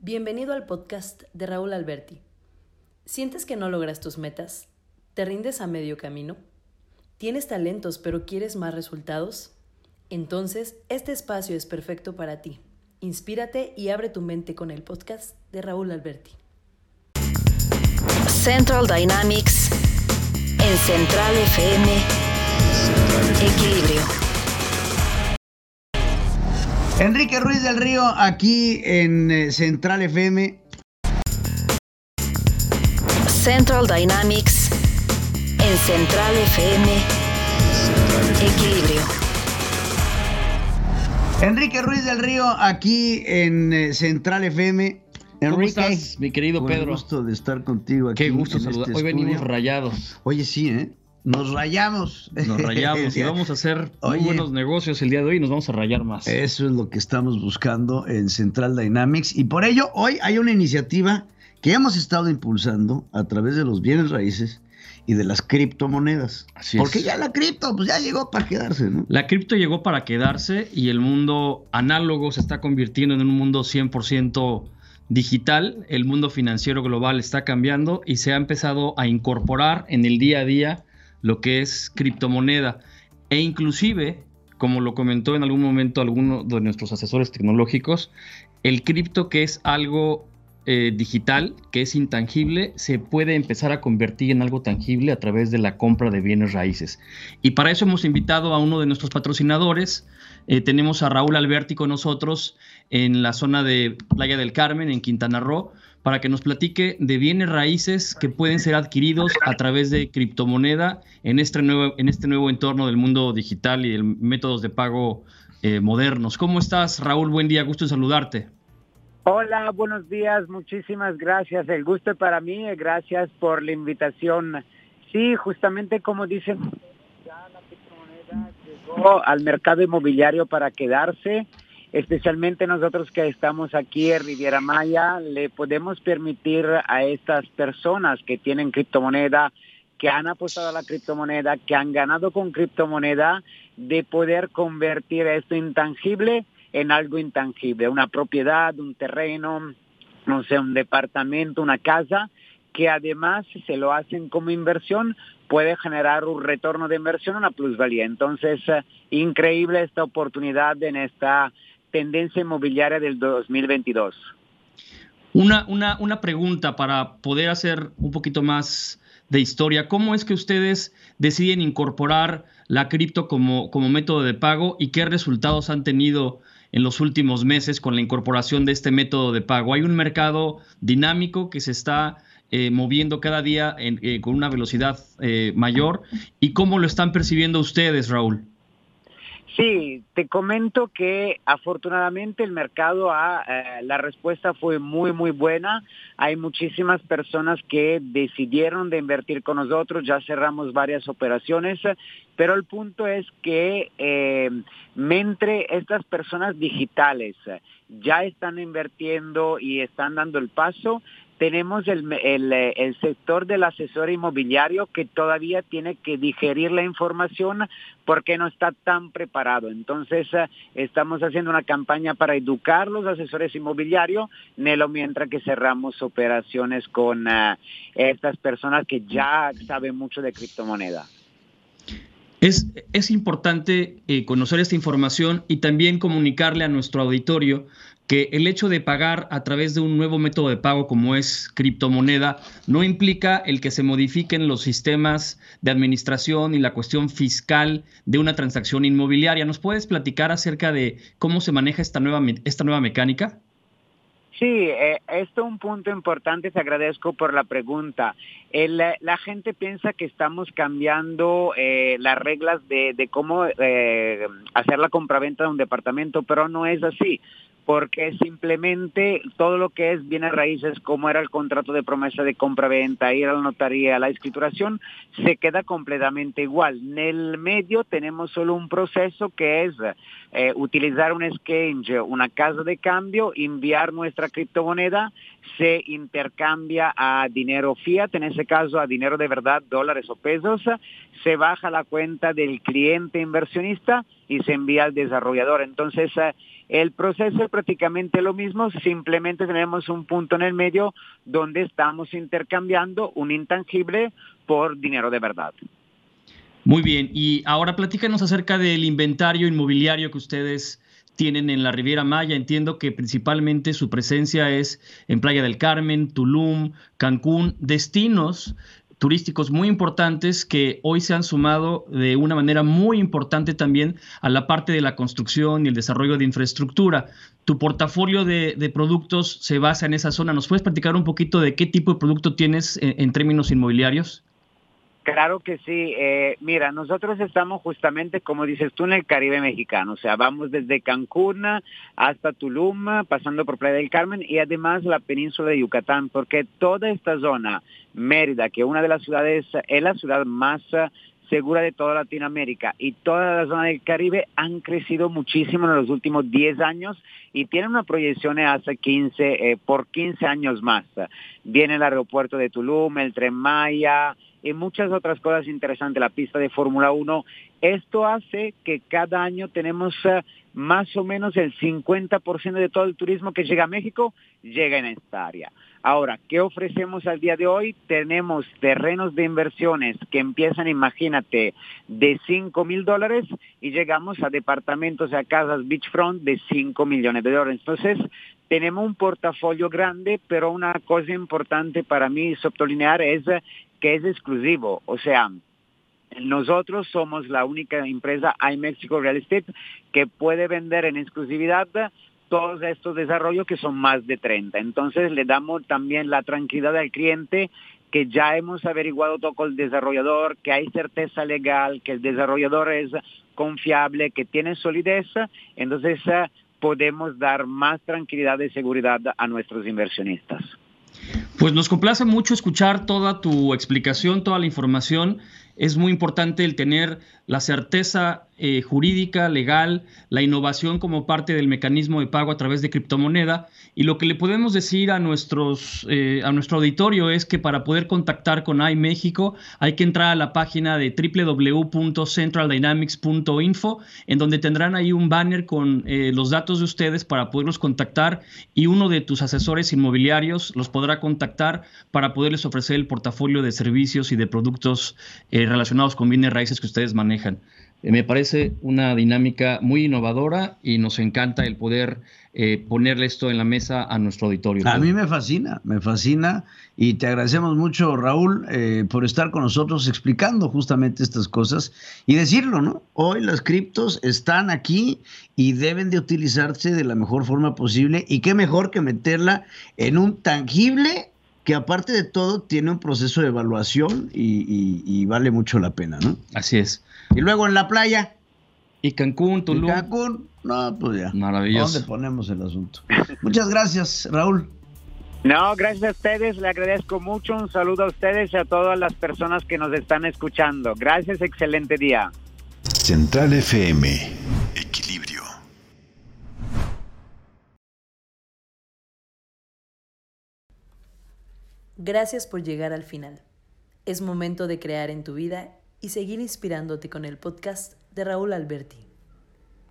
Bienvenido al podcast de Raúl Alberti. ¿Sientes que no logras tus metas? ¿Te rindes a medio camino? ¿Tienes talentos pero quieres más resultados? Entonces, este espacio es perfecto para ti. Inspírate y abre tu mente con el podcast de Raúl Alberti. Central Dynamics en Central FM. Equilibrio. Enrique Ruiz del Río, aquí en Central FM. Central Dynamics en Central FM. Equilibrio. Enrique Ruiz del Río, aquí en Central FM. ¿Cómo Enrique, estás, mi querido con Pedro? Qué gusto de estar contigo aquí. Qué gusto en saludar. este Hoy venimos estudio. rayados. Oye, sí, Nos rayamos. Nos rayamos y vamos a hacer muy buenos negocios el día de hoy y nos vamos a rayar más. Eso es lo que estamos buscando en Central Dynamics. Y por ello, hoy hay una iniciativa que hemos estado impulsando a través de los bienes raíces y de las criptomonedas. Así Porque es. ya la cripto, pues ya llegó para quedarse, ¿no? La cripto llegó para quedarse y el mundo análogo se está convirtiendo en un mundo 100% digital. El mundo financiero global está cambiando y se ha empezado a incorporar en el día a día lo que es criptomoneda. E inclusive, como lo comentó en algún momento alguno de nuestros asesores tecnológicos, el cripto, que es algo digital, que es intangible, se puede empezar a convertir en algo tangible a través de la compra de bienes raíces. Y para eso hemos invitado a uno de nuestros patrocinadores. Tenemos a Raúl Alberti con nosotros en la zona de Playa del Carmen, en Quintana Roo, para que nos platique de bienes raíces que pueden ser adquiridos a través de criptomoneda en este nuevo entorno del mundo digital y de métodos de pago modernos. ¿Cómo estás, Raúl? Buen día, gusto en saludarte. Hola, buenos días, muchísimas gracias. El gusto es para mí, gracias por la invitación. Sí, justamente como dicen, ya la criptomoneda llegó al mercado inmobiliario para quedarse. Especialmente nosotros que estamos aquí en Riviera Maya, le podemos permitir a estas personas que tienen criptomoneda, que han apostado a la criptomoneda, que han ganado con criptomoneda, de poder convertir esto intangible en algo intangible, una propiedad, un terreno, no sé, un departamento, una casa, que además si se lo hacen como inversión, puede generar un retorno de inversión, una plusvalía. Entonces, increíble esta oportunidad en esta tendencia inmobiliaria del 2022. Una pregunta para poder hacer un poquito más de historia. ¿Cómo es que ustedes deciden incorporar la cripto como método de pago y qué resultados han tenido en los últimos meses con la incorporación de este método de pago? Hay un mercado dinámico que se está moviendo cada día con una velocidad mayor. ¿Y cómo lo están percibiendo ustedes, Raúl? Sí, te comento que afortunadamente el mercado, la respuesta fue muy, muy buena. Hay muchísimas personas que decidieron de invertir con nosotros, ya cerramos varias operaciones, pero el punto es que mientras estas personas digitales ya están invirtiendo y están dando el paso, tenemos el sector del asesor inmobiliario que todavía tiene que digerir la información porque no está tan preparado. Entonces, estamos haciendo una campaña para educar los asesores inmobiliarios, mientras que cerramos operaciones con estas personas que ya saben mucho de criptomoneda. Es importante conocer esta información y también comunicarle a nuestro auditorio que el hecho de pagar a través de un nuevo método de pago como es criptomoneda no implica el que se modifiquen los sistemas de administración y la cuestión fiscal de una transacción inmobiliaria. ¿Nos puedes platicar acerca de cómo se maneja esta nueva mecánica? Sí, esto es un punto importante, te agradezco por la pregunta. La gente piensa que estamos cambiando las reglas de cómo hacer la compraventa de un departamento, pero no es así, porque simplemente todo lo que es bienes raíces, como era el contrato de promesa de compraventa, ir a la notaría, la escrituración, se queda completamente igual. En el medio tenemos solo un proceso que es utilizar un exchange, una casa de cambio, enviar nuestra criptomoneda, se intercambia a dinero fiat, en ese caso a dinero de verdad, dólares o pesos, se baja la cuenta del cliente inversionista y se envía al desarrollador. Entonces, El proceso es prácticamente lo mismo, simplemente tenemos un punto en el medio donde estamos intercambiando un intangible por dinero de verdad. Muy bien, y ahora platícanos acerca del inventario inmobiliario que ustedes tienen en la Riviera Maya. Entiendo que principalmente su presencia es en Playa del Carmen, Tulum, Cancún, destinos turísticos muy importantes que hoy se han sumado de una manera muy importante también a la parte de la construcción y el desarrollo de infraestructura. Tu portafolio de productos se basa en esa zona. ¿Nos puedes platicar un poquito de qué tipo de producto tienes en términos inmobiliarios? Claro que sí. Mira, nosotros estamos justamente, como dices tú, en el Caribe mexicano. O sea, vamos desde Cancún hasta Tulum, pasando por Playa del Carmen y además la península de Yucatán, porque toda esta zona, Mérida, que una de las ciudades, es la ciudad más segura de toda Latinoamérica, y toda la zona del Caribe han crecido muchísimo en los últimos 10 años y tienen una proyección hasta 15 años más. Viene el aeropuerto de Tulum, el Tren Maya y muchas otras cosas interesantes, la pista de Fórmula 1. Esto hace que cada año tenemos más o menos el 50% de todo el turismo que llega a México, llega en esta área. Ahora, ¿qué ofrecemos al día de hoy? Tenemos terrenos de inversiones que empiezan, imagínate, de $5,000 y llegamos a departamentos, a casas beachfront de $5 millones. Entonces, tenemos un portafolio grande, pero una cosa importante para mí, Soptolinear, es que es exclusivo. O sea, nosotros somos la única empresa iMexico Real Estate que puede vender en exclusividad todos estos desarrollos que son más de 30. Entonces le damos también la tranquilidad al cliente que ya hemos averiguado todo con el desarrollador, que hay certeza legal, que el desarrollador es confiable, que tiene solidez. Entonces podemos dar más tranquilidad y seguridad a nuestros inversionistas. Pues nos complace mucho escuchar toda tu explicación, toda la información. Es muy importante el tener la certeza jurídica, legal, la innovación como parte del mecanismo de pago a través de criptomoneda. Y lo que le podemos decir a nuestro auditorio es que para poder contactar con iMéxico hay que entrar a la página de www.centraldynamics.info, en donde tendrán ahí un banner con los datos de ustedes para poderlos contactar, y uno de tus asesores inmobiliarios los podrá contactar para poderles ofrecer el portafolio de servicios y de productos relacionados con bienes raíces que ustedes manejan. Me parece una dinámica muy innovadora y nos encanta el poder ponerle esto en la mesa a nuestro auditorio. A mí me fascina y te agradecemos mucho, Raúl, por estar con nosotros explicando justamente estas cosas y decirlo, ¿no? Hoy las criptos están aquí y deben de utilizarse de la mejor forma posible, y qué mejor que meterla en un tangible que aparte de todo tiene un proceso de evaluación y vale mucho la pena, ¿no? Así es. Y luego en la playa. Y Cancún, Tulum. Cancún, no, pues ya. Maravilloso. ¿Dónde ponemos el asunto? Muchas gracias, Raúl. No, gracias a ustedes, le agradezco mucho. Un saludo a ustedes y a todas las personas que nos están escuchando. Gracias, excelente día. Central FM, equilibrio. Gracias por llegar al final. Es momento de crear en tu vida y seguir inspirándote con el podcast de Raúl Alberti.